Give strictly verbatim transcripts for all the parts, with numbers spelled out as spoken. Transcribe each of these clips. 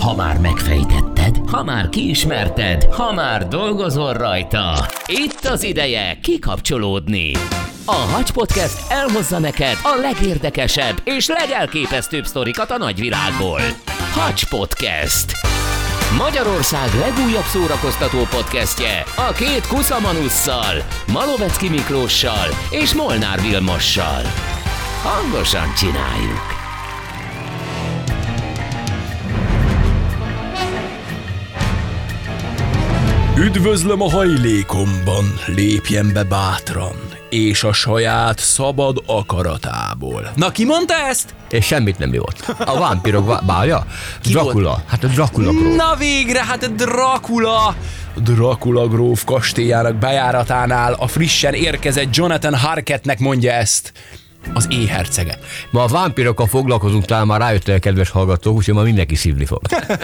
Ha már megfejtetted, ha már kiismerted, ha már dolgozol rajta. Itt az ideje kikapcsolódni. A Hacs Podcast elhozza neked a legérdekesebb és legelképesztőbb sztorikat a nagyvilágból. Hacs Podcast. Magyarország legújabb szórakoztató podcastje a két kuszamanusszal, Malovecki Miklóssal és Molnár Vilmossal. Hangosan csináljuk! Üdvözlöm a hajlékomban, lépjen be bátran, és a saját szabad akaratából. Na, ki mondta ezt? És semmit nem jót. A vámpirok bája? Dracula. Hát a Dracula gróf. Na végre, hát a Dracula. Dracula gróf kastélyának bejáratánál a frissen érkezett Jonathan Harkettnek mondja ezt. Az éhhercege. Ma a vámpirokkal foglalkozunk, talán már rájöttél a kedves hallgatók, úgyhogy ma mindenki szívni fog.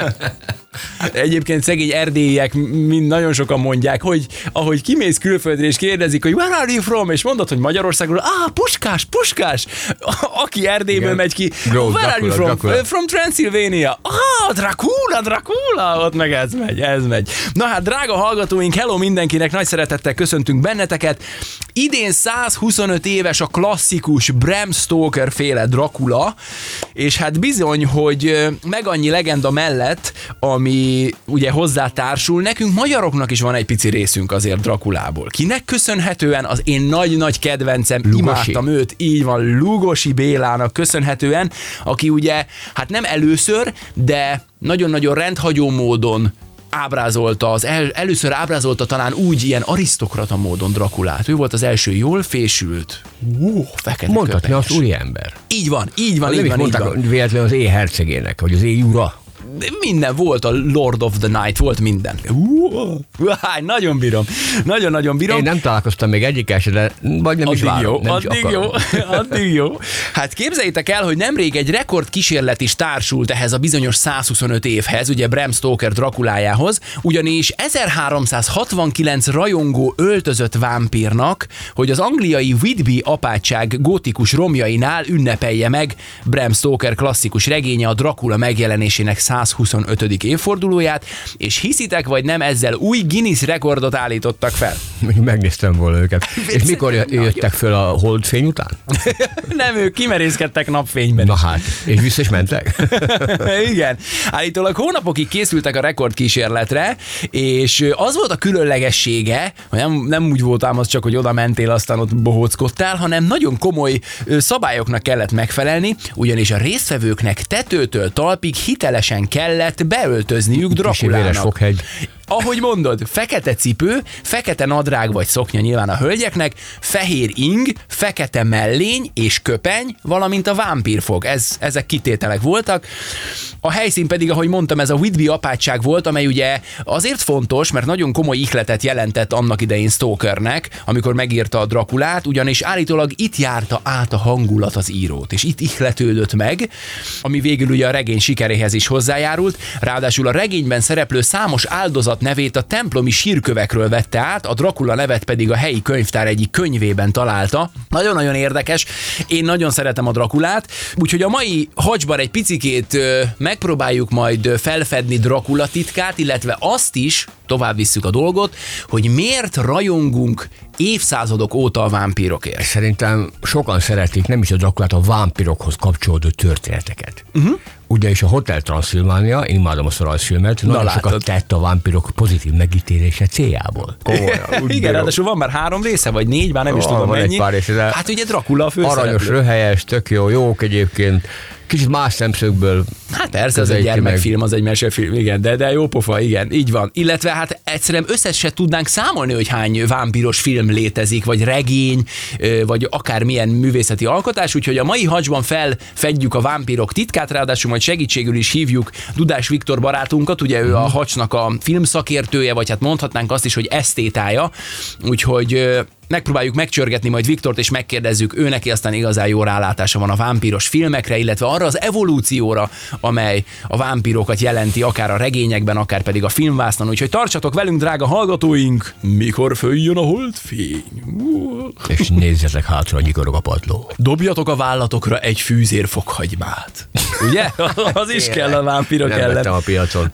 Egyébként szegény erdélyiek mind nagyon sokan mondják, hogy ahogy kimész külföldre és kérdezik, hogy where are you from, és mondod, hogy Magyarországról, ah, Puskás, Puskás, aki Erdélyből igen. megy ki, Bro, where Dracula, are you from? Dracula. From Transylvania. Ah, Dracula, Dracula, ott meg ez megy, ez megy. Na hát, drága hallgatóink, hello mindenkinek, nagy szeretettel köszöntünk benneteket. Idén százhuszonöt éves a klasszikus Bram Stoker féle Dracula, és hát bizony, hogy meg annyi legenda mellett, ami ugye hozzátársul, nekünk magyaroknak is van egy pici részünk azért Draculából. Kinek köszönhetően? Az én nagy-nagy kedvencem, Lugosi. Imádtam őt, így van, Lugosi Bélának köszönhetően, aki ugye, hát nem először, de nagyon-nagyon rendhagyó módon ábrázolta, az el, először ábrázolta talán úgy ilyen arisztokrata módon Draculát. Ő volt az első jól fésült, uh, fekete Mondhatni köpenyes. az úriember. Így van, így van, Nem így is van, így mondták van. véletlenül az éj hercegének, vagy az éj ura. Minden volt, a Lord of the Night, volt minden. Uh, uh, nagyon bírom, nagyon-nagyon bírom. Én nem találkoztam még egyik esetben, vagy nem addig is várom. jó, nem addig is jó, addig jó. Hát képzeljétek el, hogy nemrég egy rekordkísérlet is társult ehhez a bizonyos százhuszonöt évhez, ugye Bram Stoker Draculájához, ugyanis ezerháromszázhatvankilenc rajongó öltözött vámpírnak, hogy az angliai Whitby apátság gótikus romjainál ünnepelje meg Bram Stoker klasszikus regénye a Dracula megjelenésének százhuszonötödik évfordulóját, és hiszitek vagy nem, ezzel új Guinness rekordot állítottak fel. Megnéztem volna őket. És mikor jöttek föl a holdfény után? Nem, ők kimerészkedtek napfényben. Na hát, és vissza is mentek? Igen. Állítólag hónapokig készültek a rekordkísérletre, és az volt a különlegessége, hogy nem, nem úgy voltám az csak, hogy oda mentél, aztán ott bohóckodtál, hanem nagyon komoly szabályoknak kellett megfelelni, ugyanis a résztvevőknek tetőtől talpig hitelesen kellett beöltözniük Draculának. Fokhegy. Ahogy mondod, fekete cipő, fekete nadrág vagy szoknya nyilván a hölgyeknek, fehér ing, fekete mellény és köpeny, valamint a vámpírfog. Ez, ezek kitételek voltak. A helyszín pedig, ahogy mondtam, ez a Whitby apátság volt, amely ugye azért fontos, mert nagyon komoly ihletet jelentett annak idején Stokernek, amikor megírta a Draculát, ugyanis állítólag itt járta át a hangulat az írót, és itt ihletődött meg, ami végül ugye a regény sikeréhez is hozzájárult. Ráadásul a regényben szereplő számos áldozat nevét a templomi sírkövekről vette át, a Dracula nevet pedig a helyi könyvtár egyik könyvében találta. Nagyon-nagyon érdekes, én nagyon szeretem a Draculát, úgyhogy a mai hacsban egy picikét ö, megpróbáljuk majd felfedni Dracula titkát, illetve azt is, tovább visszük a dolgot, hogy miért rajongunk évszázadok óta a vámpírokért. Szerintem sokan szeretik nem is a Draculát, a vámpirokhoz kapcsolódó történeteket. Uh-huh. Ugyanis a Hotel Transylvania, én imádom azt a rajzfilmet, nagyon látod. sokat tett a vámpirok pozitív megítélése céljából. Komolyan. Igen, ráadásul van már három része, vagy négy, már nem is Van, tudom van mennyi. egy pár része, de hát ugye Dracula a főszereplő. aranyos, röhelyes, tök jó, jók egyébként. Kicsit más szemszögből. Hát persze, az egy gyermekfilm, az egy mesefilm, igen, de, de jó pofa, igen, így van. Illetve hát egyszerűen össze se tudnánk számolni, hogy hány vámpíros film létezik, vagy regény, vagy akármilyen művészeti alkotás, úgyhogy a mai hacsban felfedjük a vámpírok titkát, ráadásul majd segítségül is hívjuk Dudás Viktor barátunkat, ugye ő a hacsnak a filmszakértője, vagy hát mondhatnánk azt is, hogy esztétája, úgyhogy megpróbáljuk megcsörgetni majd Viktort, és megkérdezzük, ő neki aztán igazán jó rálátása van a vámpíros filmekre, illetve arra az evolúcióra, amely a vámpírokat jelenti, akár a regényekben, akár pedig a filmvásznon. Úgyhogy tartsatok velünk, drága hallgatóink, mikor följön a holdfény. És nézzetek hátra, nyikorog a padló. Dobjatok a vállatokra egy fűzér fokhagymát. Ugye? Az is kell a vámpírok Nem ellen. vettem a piacon.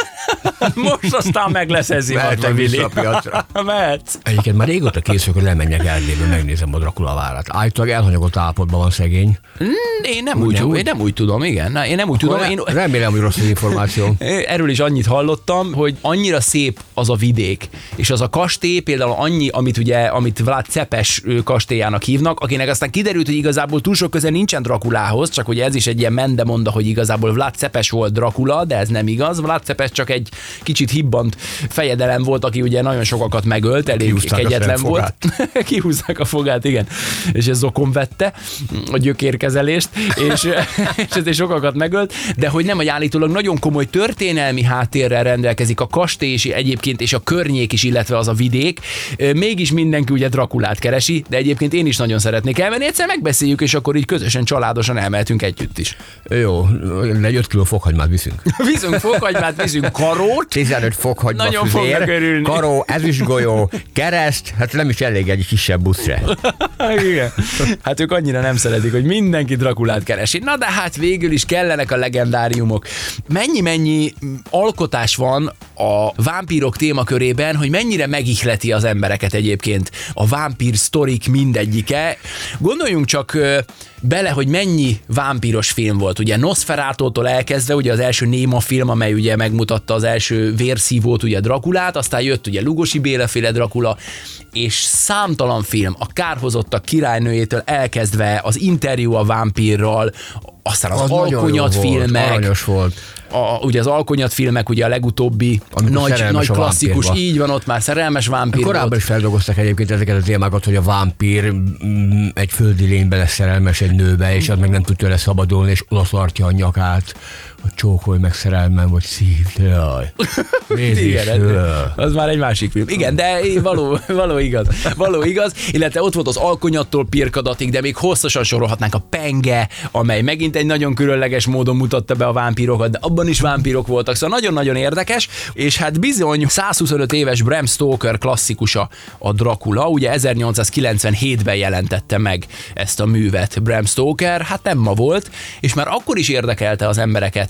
Most aztán meg lesz ez Mehetem vissza a piacra. Mehetsz. Egyébként már régóta készülök, hogy lemenjek Erdélybe, megnézem a Dracula várat. Állítólag elhanyagolt állapotban van szegény. Én nem, úgy, Nem úgy, úgy? én nem úgy tudom, igen. Na, én nem úgy tudom. Én, Remélem, hogy rossz az információ. erről is annyit hallottam, hogy annyira szép az a vidék, és az a kastély például annyi, amit ugye, amit Vlad Cepes kastélyának hívnak, akinek aztán kiderült, hogy igazából túl sok köze nincsen Drakulához, csak hogy ez is egy ilyen mendemonda, hogy igazából Vlad Cepes volt Dracula, de ez nem igaz. Vlad Cepes csak egy kicsit hibbant fejedelem volt, aki ugye nagyon sokakat megölt, elég Kihúzták kegyetlen a volt. Kihúzták a fogát, igen. És ez zokon vette a gyökérkezelést, és, és ez sokakat megölt, de hogy nem, hogy állítólag nagyon komoly történelmi háttérrel rendelkezik a kastély és egyébként, és a környék is, illetve az a vidék. Mégis mindenki ugye Drakulát keresi, de egyébként én is nagyon szeretnék elmenni, egyszer megbeszéljük, és akkor így közösen, családosan elmehetünk együtt is. Jó, egy öt kiló fokhagymát viszünk. Viszünk fokhagymát, viszünk karót. tizenöt fokhagyma Nagyon fognak füzér, örülni. karó, ezüstgolyó, kereszt, hát nem is elég egy kisebb buszra. Igen. Hát ők annyira nem szeretik, hogy mindenki Drakulát keresi. Na de hát végül is kellenek a legendáriumok. Mennyi-mennyi alkotás van a vámpírok témakörében, hogy mennyire megihleti az embereket egyébként a vámpír sztorik mindegyike. Gondoljunk csak bele, hogy mennyi vámpíros film volt. Ugye Nosferatu-tól elkezdve, ugye az első Néma film, amely ugye megmutatta az első vérszívót, ugye Drakulát, aztán jött ugye Lugosi Béla féle Dracula, és számtalan film, a Kárhozottak királynőjétől elkezdve az Interjú a vámpírral, aztán az, az Alkonyat filmek. Aranyos volt. A, ugye az Alkonyat filmek, ugye a legutóbbi Amikor nagy, nagy klasszikus, vámpírba. Így van, ott már szerelmes vámpír Korábban volt. is feldolgoztak egyébként ezeket a témákat, hogy a vámpír mm, egy földi lénybe lesz szerelmes egy nőbe, és az meg nem tud tőle szabadulni, és oda tartja a nyakát, hogy csókolj meg szerelmem, vagy szívd, jaj. Nézd is, Igen, az már egy másik film. Igen, de való, való igaz. Való igaz. Illetve ott volt az Alkonyattól Pirkadatig, de még hosszasan sorolhatnánk a Penge, amely megint egy nagyon különleges módon mutatta be a vámpírokat, de abban is vámpírok voltak, szóval nagyon-nagyon érdekes, és hát bizony százhuszonöt éves Bram Stoker klasszikusa a Dracula, ugye ezernyolcszázkilencvenhétben jelentette meg ezt a művet Bram Stoker, hát nem ma volt, és már akkor is érdekelte az embereket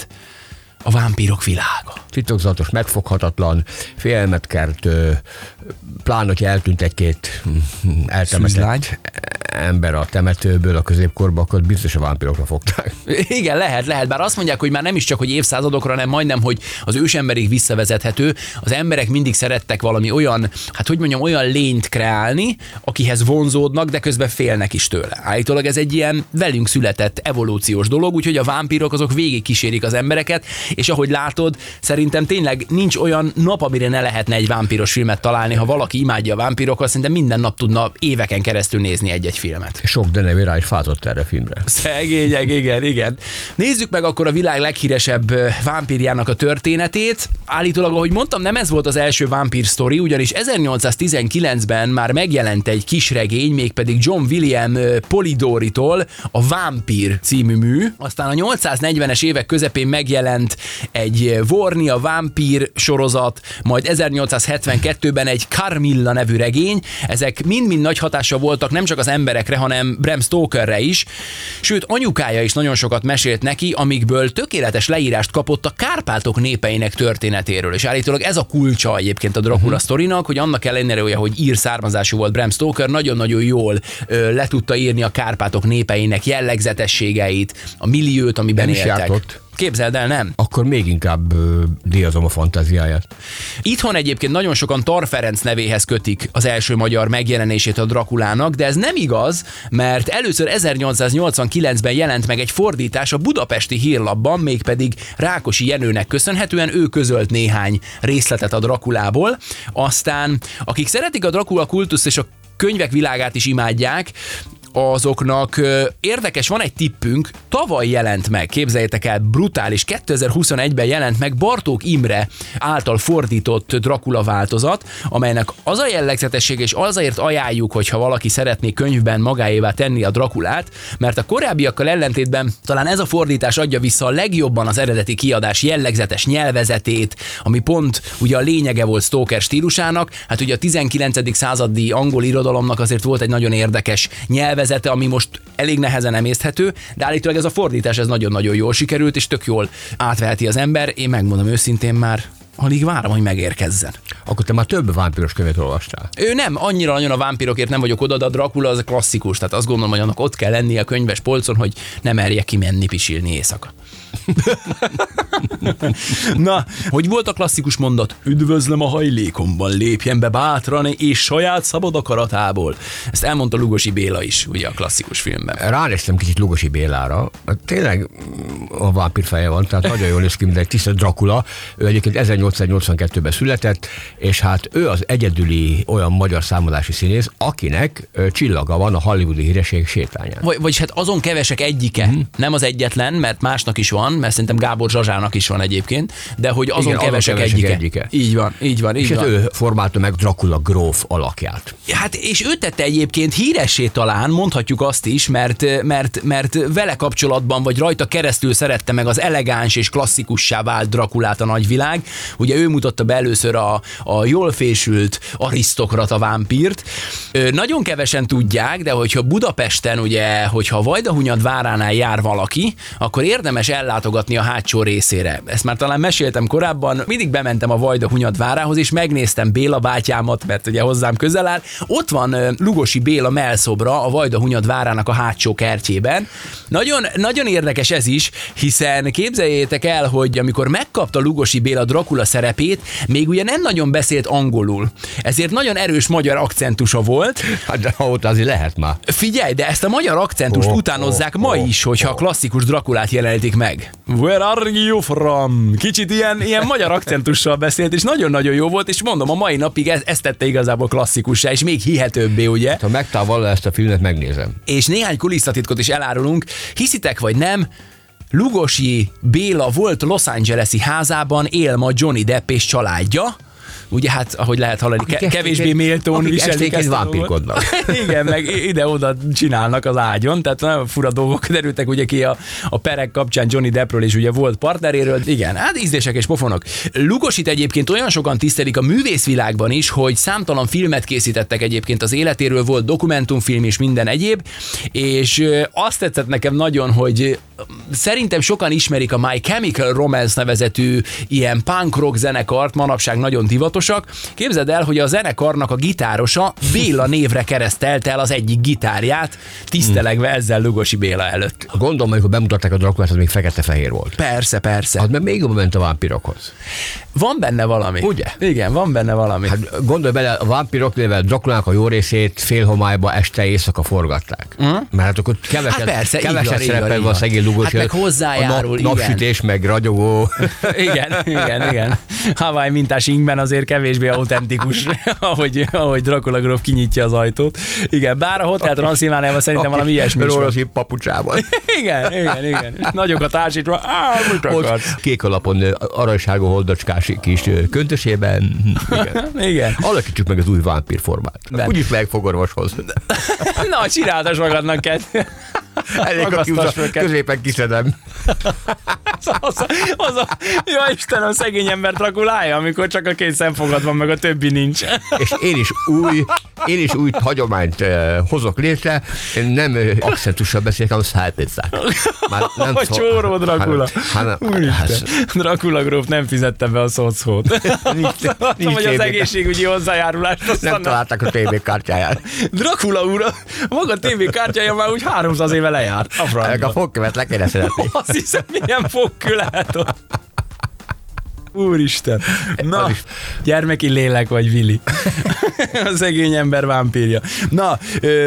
a vámpírok világa. Titokzatos, megfoghatatlan, félelmet kert, pláne, hogy eltűnt egy-két eltemetett ember a temetőből a középkorban, akkor biztos a vámpírokra fogták. Igen, lehet, lehet, bár azt mondják, hogy már nem is csak, hogy évszázadokra, hanem majdnem, hogy az ősemberig visszavezethető. Az emberek mindig szerettek valami olyan, hát hogy mondjam, olyan lényt kreálni, akihez vonzódnak, de közben félnek is tőle. Állítólag ez egy ilyen velünk született evolúciós dolog, úgyhogy a vámpírok azok végig kísérik az embereket, és ahogy látod, szerintem tényleg nincs olyan nap, amire ne lehetne egy vámpíros filmet találni. Ha valaki imádja a vámpírokat, szerintem minden nap tudna éveken keresztül nézni egy-egy filmet. Sok denevé rá is fázott erre a filmre. Szegények, igen, igen. Nézzük meg akkor a világ leghíresebb vámpírjának a történetét. Állítólag, ahogy mondtam, nem ez volt az első vámpír sztori, ugyanis ezernyolcszáztizenkilencben már megjelent egy kisregény, mégpedig John William Polidori-tól, a Vámpír című mű. Aztán a nyolcszáznegyvenes évek közepén megjelent egy Vorni, a vámpír sorozat, majd ezernyolcszázhetvenkettőben egy Carmilla nevű regény. Ezek mind-mind nagy hatással voltak nem csak az emberekre, hanem Bram Stokerre is. Sőt, anyukája is nagyon sokat mesélt neki, amikből tökéletes leírást kapott a Kárpátok népeinek történetéről. És állítólag ez a kulcsa egyébként a Dracula uh-huh. sztorinak, hogy annak ellenére, hogy ír származású volt Bram Stoker, nagyon-nagyon jól ö, le tudta írni a Kárpátok népeinek jellegzetességeit, a milliót, amiben nem éltek. Is járt ott. Képzeld el, nem? Akkor még inkább ö, díjazom a fantáziáját. Itthon egyébként nagyon sokan Tar Ferenc nevéhez kötik az első magyar megjelenését a Drakulának, de ez nem igaz, mert először ezernyolcszáznyolcvankilencben jelent meg egy fordítás a Budapesti Hírlapban, mégpedig Rákosi Jenőnek köszönhetően, ő közölt néhány részletet a Drakulából. Aztán, akik szeretik a Dracula kultuszt és a könyvek világát is imádják, azoknak érdekes, van egy tippünk, tavaly jelent meg, képzeljétek el, brutális, kétezer-huszonegyben jelent meg Bartók Imre által fordított Dracula változat, amelynek az a jellegzetesség, és azért ajánljuk, hogyha valaki szeretné könyvben magáévá tenni a Draculát, mert a korábbiakkal ellentétben talán ez a fordítás adja vissza a legjobban az eredeti kiadás jellegzetes nyelvezetét, ami pont ugye a lényege volt Stoker stílusának. Hát ugye a tizenkilencedik századi angol irodalomnak azért volt egy nagyon érdekes nyelvezete, ami most elég nehezen emészthető, de állítólag ez a fordítás ez nagyon-nagyon jól sikerült, és tök jól átveheti az ember. Én megmondom őszintén, már alig várom, hogy megérkezzen. Akkor te már több vámpiros könyvet olvastál? Ő nem, annyira nagyon a vámpirokért nem vagyok oda, de a Dracula az klasszikus, tehát azt gondolom, hogy annak ott kell lennie a könyves polcon, hogy ne merje kimenni pisilni éjszaka. Na, hogy volt a klasszikus mondat? Üdvözlöm a hajlékomban, lépjen be bátran és saját szabad akaratából. Ezt elmondta Lugosi Béla is, ugye a klasszikus filmben. Ránéztem kicsit Lugosi Bélára. Tényleg a vámpír feje van, tehát nagyon jól néz ki, mint egy tiszta Dracula. Ő egyébként ezernyolcszáznyolcvankettőben született, és hát ő az egyedüli olyan magyar számolási színész, akinek csillaga van a hollywoodi híresség sétányán. Vagy, vagyis hát azon kevesek egyike, mm. nem az egyetlen, mert másnak is van, mert szerintem Gábor Zsazsának is van egyébként, de hogy azon igen, kevesek, azon kevesek egyike. egyike. Így van, így van, így és van. És ő formálta meg Dracula gróf alakját. Hát és ő tette egyébként híressé talán, mondhatjuk azt is, mert, mert, mert vele kapcsolatban, vagy rajta keresztül szerette meg az elegáns és klasszikussá vált Draculát a nagyvilág. Ugye ő mutatta be először a, a jól fésült arisztokrata vámpírt. Ö, nagyon kevesen tudják, de hogyha Budapesten, ugye, hogyha a Vajdahunyad váránál jár valaki, akkor érdemes ellátogatni a hátsó részére. Ezt már talán meséltem korábban, mindig bementem a Vajdahunyad várához, és megnéztem Béla bátyámat, mert ugye hozzám közel áll. Ott van Lugosi Béla mellszobra a Vajdahunyad várának a hátsó kertjében. Nagyon, nagyon érdekes ez is, hiszen képzeljétek el, hogy amikor megkapta Lugosi Béla Dracula szerepét, még ugye nem nagyon beszélt angolul. Ezért nagyon erős magyar akcentusa volt. Hát de ott azért lehet már. Figyelj, de ezt a magyar akcentust oh, utánozzák oh, ma is, hogyha oh. a klasszikus Draculát jelenítik meg. Where are you from? Kicsit ilyen, ilyen magyar akcentussal beszélt, és nagyon-nagyon jó volt, és mondom, a mai napig ez, ezt tette igazából klasszikussá, és még hihetőbbé, ugye? Ha megtávol ezt a filmet, megnézem. És néhány kulisszatitkot is elárulunk. Hiszitek vagy nem, Lugosi Béla volt Los Angeles-i házában, él ma Johnny Depp és családja. Ugye hát, ahogy lehet hallani, ke- kevésbé méltón viselik ezt a dolgot. Igen, meg ide-oda csinálnak az ágyon, tehát nagyon fura dolgok derültek ugye ki a, a perek kapcsán Johnny Deppről, és ugye volt partneréről. Igen, hát ízlések és pofonok. Lugosit egyébként olyan sokan tisztelik a művészvilágban is, hogy számtalan filmet készítettek egyébként az életéről, volt dokumentumfilm és minden egyéb, és azt tetszett nekem nagyon, hogy szerintem sokan ismerik a My Chemical Romance nevezetű ilyen punk rock zenekart, manapság nagyon divatosak. Képzeld el, hogy a zenekarnak a gitárosa Béla névre keresztelte el az egyik gitárját, tisztelegve ezzel Lugosi Béla előtt. Gondolom, amikor bemutatták a Draculát, az még fekete-fehér volt. Persze, persze. Az meg még jobban ment a vámpirokhoz. Van benne valami. Ugye? Igen, van benne valami. Hát gondolj bele, a vámpirok, mivel Draculának a jó részét félhomályba este éjszaka forgatták. Uh-huh. Mert hát akkor keveset, hát persze, keveset szerepel a szegény Lugosi. Hát meg hozzájárul, a nap, napsütés, meg ragyogó. Igen, igen, igen. Hawaii mintás ingben azért kevésbé autentikus, ahogy, ahogy Dracula gróf kinyitja az ajtót. Igen, bár a Hotel Transzilvániában szerintem valami ilyesmi is van. Papucsával. Igen, igen, igen. Nagyokat társítva. Ott kék alapon aranysárga holdacskás kis köntösében. Igen. Igen. Alakítsuk meg az új vámpírformát. Úgyis megfog orvoshoz. Na, csináltas magadnak kettő. Elég a középen kiszedem. az, a, az a, jó Istenem, szegény ember Draculája, amikor csak a két szemfogad van, meg a többi nincs. És én is új, én is új hagyományt uh, hozok létre, én nem uh, akcentussal beszélek, hanem szájpizzát. A csóró Dracula. Dracula gróf nem fizette be a szocót. Nincs hogy az egészségügyi hozzájárulást. Nem találták a té vé kártyáját. Dracula úr, maga té vé kártyája már úgy háromszáz éve lejárt. A, a fogkövet le kéne szeretni. Azt hiszem, milyen fogkő lehet ott. Úristen. Na, gyermeki lélek vagy, Vili. A szegény ember vámpírja. Na, ö,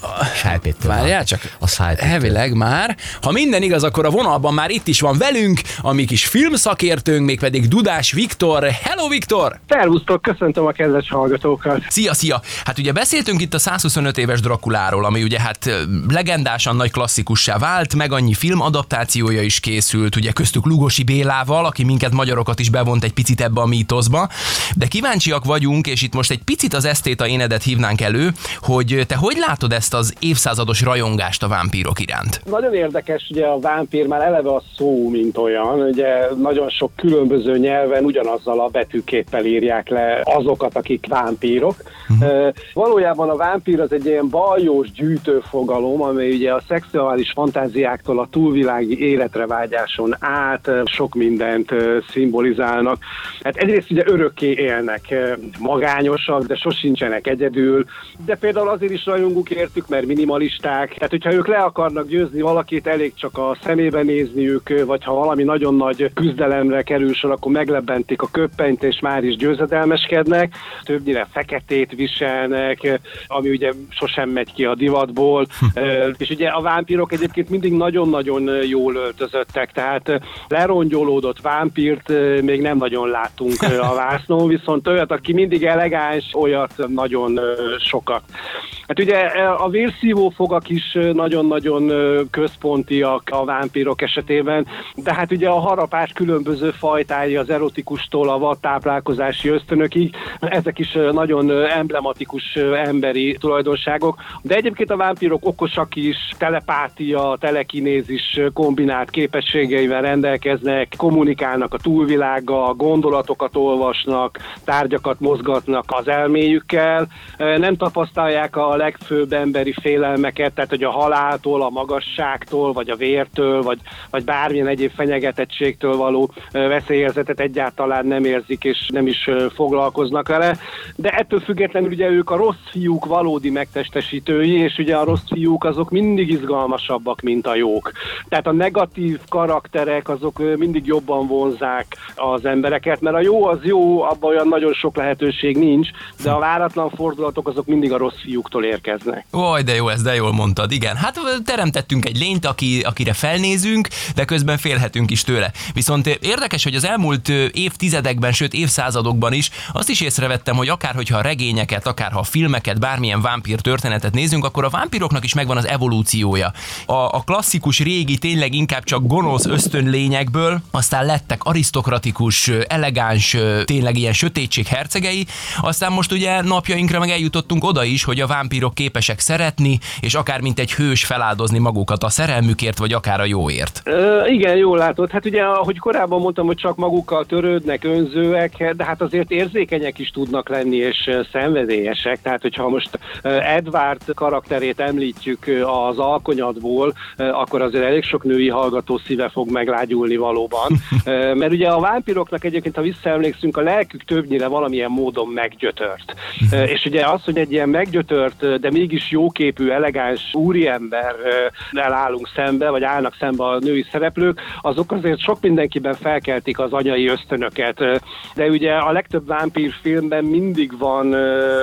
várjál csak. A szájpétől. Elvileg már. Ha minden igaz, akkor a vonalban már itt is van velünk a mi kis filmszakértőnk, mégpedig Dudás Viktor. Hello, Viktor! Szervusztok, köszöntöm a kedves hallgatókat. Szia, szia! Hát ugye beszéltünk itt a százhuszonöt éves Drakuláról, ami ugye hát legendásan nagy klasszikussá vált, meg annyi filmadaptációja is készült, ugye köztük Lugosi Bélával, aki minket magyarokat is bevont egy picit ebbe a mítoszba, de kíváncsiak vagyunk, és itt most egy picit az esztéta énedet hívnánk elő, hogy te hogy látod ezt az évszázados rajongást a vámpírok iránt? Nagyon érdekes, ugye a vámpír már eleve a szó, mint olyan, ugye nagyon sok különböző nyelven ugyanazzal a betűképpel írják le azokat, akik vámpírok. Uh-huh. Valójában a vámpír az egy ilyen baljós gyűjtőfogalom, amely ugye a szexuális fantáziáktól a túlvilági életre vágyáson át sok mindent szimbolizálnak. Hát egyrészt ugye örökké élnek, magányosak, de sosincsenek egyedül, de például azért is rajongunk értük, mert minimalisták. Tehát, hogyha ők le akarnak győzni valakit, elég csak a szemébe nézniük, vagy ha valami nagyon nagy küzdelemre kerül sor, akkor meglebbentik a köppenyt, és már is győzedelmeskednek. Többnyire feketét viselnek, ami ugye sosem megy ki a divatból. És ugye a vámpírok egyébként mindig nagyon-nagyon jól öltözöttek, tehát lerongyolódott vámpírt még nem nagyon láttunk a vásznon, viszont olyat, aki mindig elegáns, olyat nagyon sokat. Hát ugye a vérszívó fogak is nagyon-nagyon központiak a vámpírok esetében, de hát ugye a harapás különböző fajtái az erotikustól a vadtáplálkozási ösztönökig, ezek is nagyon emblematikus emberi tulajdonságok, de egyébként a vámpírok okosak is, telepátia, telekinézis kombinált képességeivel rendelkeznek, kommunikálnak a túlvilággal, gondolatokat olvasnak, tárgyakat mozgatnak az elméjükkel, nem tapasztalják a legfőbb emberi félelmeket, tehát hogy a haláltól, a magasságtól, vagy a vértől, vagy, vagy bármilyen egyéb fenyegetettségtől való veszélyérzetet egyáltalán nem érzik, és nem is foglalkoznak vele, de ettől függetlenül ugye ők a rossz fiúk valódi megtestesítői, és ugye a rossz fiúk azok mindig izgalmasabbak, mint a jók. Tehát a negatív karakterek azok mindig jobban vonzák az embereket, mert a jó az jó, abban olyan nagyon sok lehetőség nincs, de a váratlan fordulatok azok mindig a rossz fiúktól érkeznek. Oj, de jó, ezt de jól mondtad, igen. Hát teremtettünk egy lényt, aki, akire felnézünk, de közben félhetünk is tőle. Viszont érdekes, hogy az elmúlt évtizedekben, sőt évszázadokban is azt is észrevettem, hogy akár hogyha a regényeket, akár ha a filmeket, bármilyen vámpír történetet nézünk, akkor a vámpíroknak is megvan az evolúciója. A, a klasszikus régi, tényleg inkább csak gonosz ösztönlényekből aztán lettek arisztokratikus, elegáns, tényleg ilyen sötétség hercegei, aztán most ugye napjainkra meg eljutottunk oda is, hogy a vámpírok képesek szeretni, és akár mint egy hős feláldozni magukat a szerelmükért, vagy akár a jóért. Ö, igen, jól látod. Hát ugye, ahogy korábban mondtam, hogy csak magukkal törődnek, önzőek, de hát azért érzékenyek is tudnak lenni, és szenvedélyesek. Tehát, hogyha most Edward karakterét említjük az Alkonyatból, akkor azért elég sok női hallgató szíve fog meglágyulni valóban. Mert ugye a vámpíroknak egyébként, ha visszaemlékszünk, a lelkük többnyire valamilyen módon meggyötört. És ugye az, hogy egy ilyen meggyötört, de mégis jóképű, elegáns úriemberrel állunk szembe, vagy állnak szembe a női szereplők, azok azért sok mindenkiben felkeltik az anyai ösztönöket. De ugye a legtöbb vámpír filmben mindig van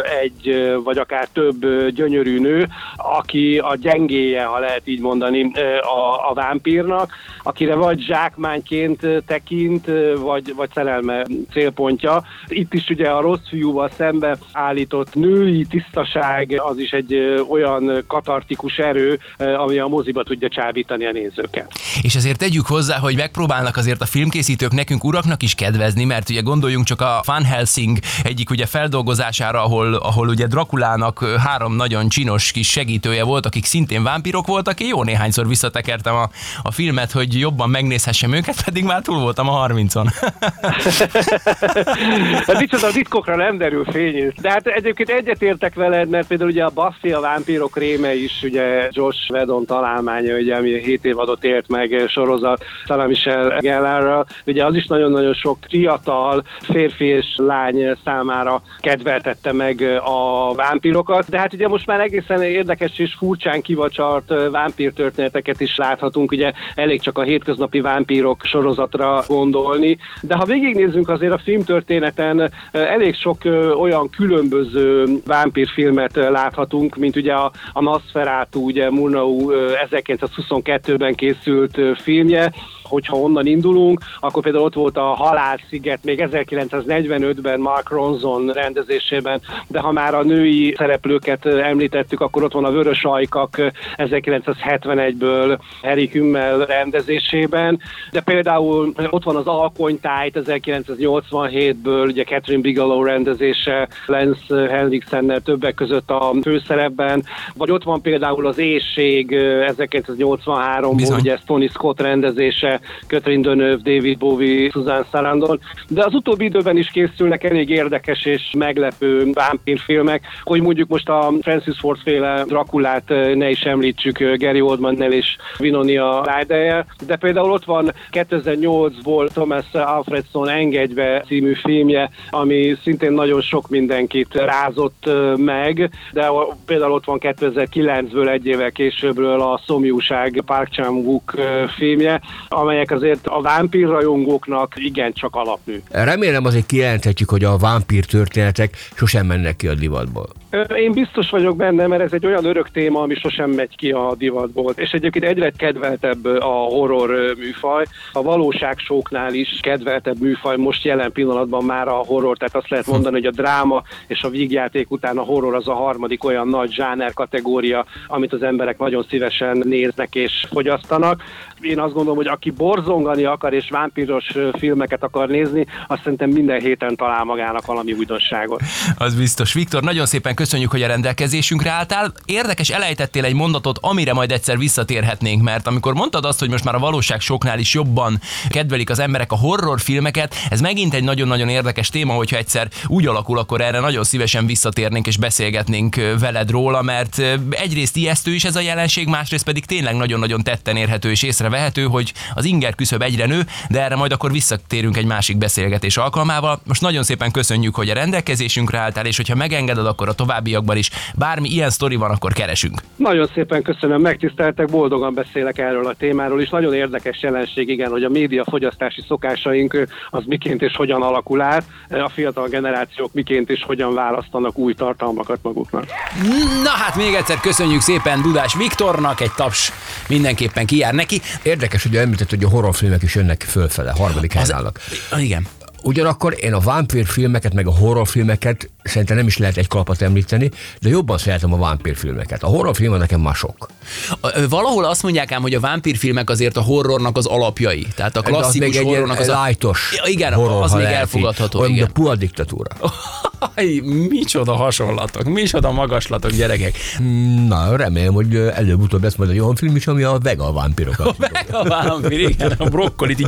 egy, vagy akár több gyönyörű nő, aki a gyengéje, ha lehet így mondani, a, a vámpírnak, akire vagy zsákmányként tekint, vagy, vagy szerelme célpontja. Itt is ugye a rossz fiúval szembe állított női tisztaság az is egy olyan katartikus erő, ami a moziba tudja csábítani a nézőket. És azért tegyük hozzá, hogy megpróbálnak azért a filmkészítők nekünk uraknak is kedvezni, mert ugye gondoljunk csak a Van Helsing egyik ugye feldolgozására, ahol, ahol ugye Drakulának három nagyon csinos kis segítője volt, akik szintén vámpírok voltak. Én jó néhányszor visszatekertem a, a filmet, hogy jobban megnézhessem őket, pedig már túl voltam a harmincon. Hát micsoda a titkokra nem derül fény. De hát egyébként egyetértek veled, mert például ugye ugye a Buffy a vámpírok réme is, ugye Joss Whedon találmánya, ugye, ami hét évadot élt meg sorozat, Sarah Michelle Gellarral, ugye az is nagyon-nagyon sok fiatal férfi és lány számára kedveltette meg a vámpírokat, de hát ugye most már egészen érdekes és furcsán kivacsart vámpírtörténeteket is láthatunk, ugye elég csak a hétköznapi vámpírok sorozatra gondolni, de ha végignézzünk azért a filmtörténeten elég sok olyan különböző vámpírfilmet láthatunk, mint ugye a, a Nosferatu, ugye Murnau ezerkilencszázhuszonkettőben készült filmje. Hogyha onnan indulunk, akkor például ott volt a Halálsziget még ezerkilencszáznegyvenötben Mark Ronson rendezésében, de ha már a női szereplőket említettük, akkor ott van a Vörös Ajkak ezerkilencszázhetvenegyből Harry Kümmel rendezésében, de például ott van az Alkonytájt ezerkilencszáznyolcvanhétből, ugye Catherine Bigelow rendezése Lance Henriksennel többek között a főszerepben, vagy ott van például az Éhség ezerkilencszáznyolcvanháromból, ugye Tony Scott rendezése, Catherine Deneuve, David Bowie, Susan Sarandon, de az utóbbi időben is készülnek elég érdekes és meglepő vámpírfilmek, hogy mondjuk most a Francis Ford féle Drakulát ne is említsük Gary Oldman-nel és Winona Ryder-rel, de például ott van kétezer-nyolcból Thomas Alfredson Engedj be című filmje, ami szintén nagyon sok mindenkit rázott meg, de például ott van kétezer-kilencből egy évvel későbbről a Szomjúság Park Chan-wook filmje, amelyek azért a vámpírrajongóknak igencsak alapmű. Remélem azért kijelenthetjük, hogy a vámpír történetek sosem mennek ki a divatból. Én biztos vagyok benne, mert ez egy olyan örök téma, ami sosem megy ki a divatból. És egyébként egyre kedveltebb a horror műfaj. A valóságsóknál is kedveltebb műfaj most jelen pillanatban már a horror. Tehát azt lehet mondani, hogy a dráma és a vígjáték után a horror az a harmadik olyan nagy zsáner kategória, amit az emberek nagyon szívesen néznek és fogyasztanak. Én azt gondolom, hogy aki borzongani akar és vámpíros filmeket akar nézni, azt szerintem minden héten talál magának valami újdonságot. Az biztos. Viktor, nagyon szépen köszönjük, hogy a rendelkezésünkre álltál. Érdekes, elejtettél egy mondatot, amire majd egyszer visszatérhetnénk, mert amikor mondtad azt, hogy most már a valóság soknál is jobban kedvelik az emberek a horrorfilmeket, ez megint egy nagyon-nagyon érdekes téma, hogyha egyszer úgy alakul, akkor erre nagyon szívesen visszatérnénk és beszélgetnénk veled róla, mert egyrészt ijesztő is ez a jelenség, másrészt pedig tényleg nagyon-nagyon tetten érhető és észrevehető, hogy az inger küszöb egyre nő, de erre majd akkor visszatérünk egy másik beszélgetés alkalmával. Most nagyon szépen köszönjük, hogy a rendelkezésünkre álltál, és hogyha megengeded, akkor a továbbiakban is bármi ilyen sztori van, akkor keresünk. Nagyon szépen köszönöm, megtiszteltek, boldogan beszélek erről a témáról, és nagyon érdekes jelenség, igen, hogy a média fogyasztási szokásaink az miként és hogyan alakul át, a fiatal generációk miként és hogyan választanak új tartalmakat maguknak. Na hát még egyszer köszönjük szépen Dudás Viktornak, egy taps mindenképpen kijár neki. Érdekes, hogy említett, hogy a horrorfilmek is jönnek fölfele, harmadik helyen állnak. Igen. Ugyanakkor én a vámpírfilmeket, meg a horrorfilmeket szerintem nem is lehet egy kalapot említeni, de jobban szeretem a vámpírfilmeket. A horrorfilm nekem már sok. Valahol azt mondják ám, hogy a vámpírfilmek azért a horrornak az alapjai. Tehát a klasszikus az horrornak az a... lightos a... Igen, horror, az még elfogadható. Olyan, igen. a Pua diktatúra. Micsoda hasonlatok, micsoda magaslatok, gyerekek. Na, remélem, hogy előbb-utóbb lesz majd egy olyan film is, ami a vega vámpírokat. A vega vámpír, igen, a brokkolit így,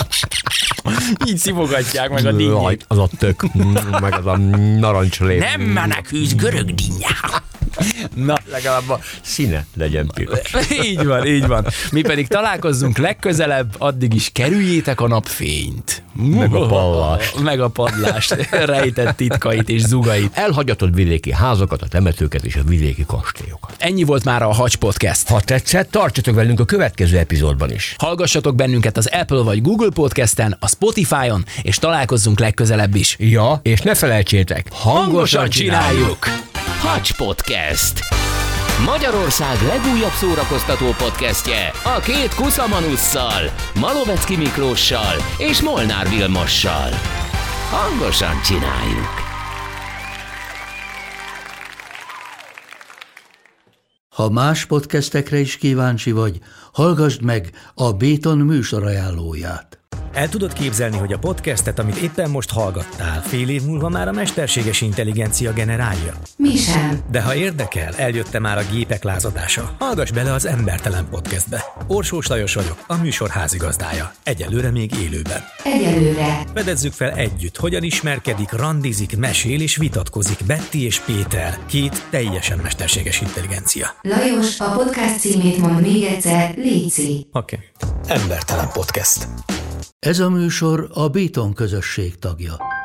így szivogatják meg a dinnyét. Az a tök, meg az a narancslé. Nem menekülsz, görög dinnyá. Na, legalább a színe legyen piros. Így van, így van. Mi pedig találkozzunk legközelebb, addig is kerüljétek a napfényt. Meg a padlást. Meg a padlást, rejtett titkait és zugait. Elhagyatott vidéki házakat, a temetőket és a vidéki kastélyokat. Ennyi volt már a Hacs Podcast. Ha tetszett, tartsatok velünk a következő epizódban is. Hallgassatok bennünket az Apple vagy Google Podcasten, a Spotify-on, és találkozzunk legközelebb is. Ja, és ne felejtsétek, hangosan, hangosan csináljuk! csináljuk. Hacs Podcast. Magyarország legújabb szórakoztató podcastje a két kuszamanusszal, Malovecki Miklóssal és Molnár Vilmossal. Hangosan csináljuk! Ha más podcastekre is kíváncsi vagy, hallgassd meg a Béton műsor ajánlóját. El tudod képzelni, hogy a podcastet, amit éppen most hallgattál, fél év múlva már a mesterséges intelligencia generálja? Mi sem. De ha érdekel, eljött már a gépek lázadása. Hallgass bele az Embertelen Podcastbe. Orsós Lajos vagyok, a műsor házigazdája. Egyelőre még élőben. Egyelőre. Fedezzük fel együtt, hogyan ismerkedik, randizik, mesél és vitatkozik Betty és Péter, két teljesen mesterséges intelligencia. Lajos, a podcast címét mond még egyszer, léci. Oké. Okay. Embertelen Podcast. Ez a műsor a Béton közösség tagja.